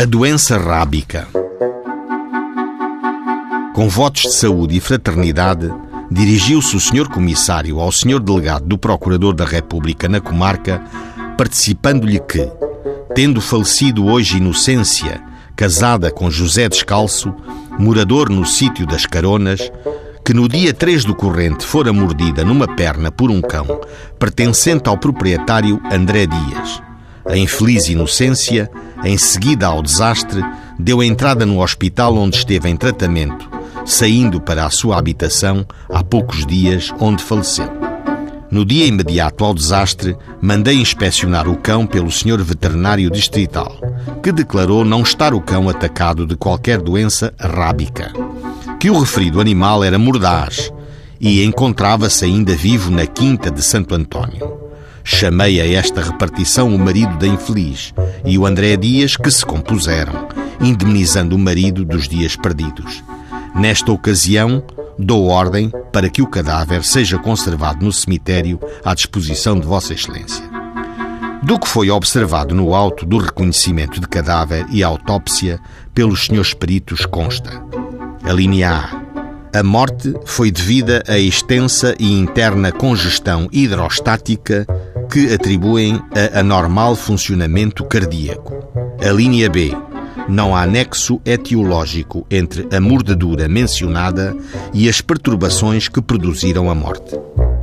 A doença rábica. Com votos de saúde e fraternidade, dirigiu-se o Sr. Comissário ao Sr. Delegado do Procurador da República na comarca, participando-lhe que, tendo falecido hoje Inocência, casada com José Descalço, morador no sítio das Caronas, que no dia 3 do corrente fora mordida numa perna por um cão, pertencente ao proprietário André Dias. A infeliz Inocência, em seguida ao desastre, deu entrada no hospital onde esteve em tratamento, saindo para a sua habitação há poucos dias, onde faleceu. No dia imediato ao desastre, mandei inspecionar o cão pelo Sr. Veterinário Distrital, que declarou não estar o cão atacado de qualquer doença rábica, que o referido animal era mordaz e encontrava-se ainda vivo na quinta de Santo António. Chamei a esta repartição o marido da infeliz e o André Dias, que se compuseram, indemnizando o marido dos dias perdidos. Nesta ocasião, dou ordem para que o cadáver seja conservado no cemitério à disposição de Vossa Excelência. Do que foi observado no auto do reconhecimento de cadáver e autópsia pelos senhores peritos consta: a linha A. A morte foi devida a extensa e interna congestão hidrostática que atribuem a anormal funcionamento cardíaco. A linha B. Não há nexo etiológico entre a mordedura mencionada e as perturbações que produziram a morte.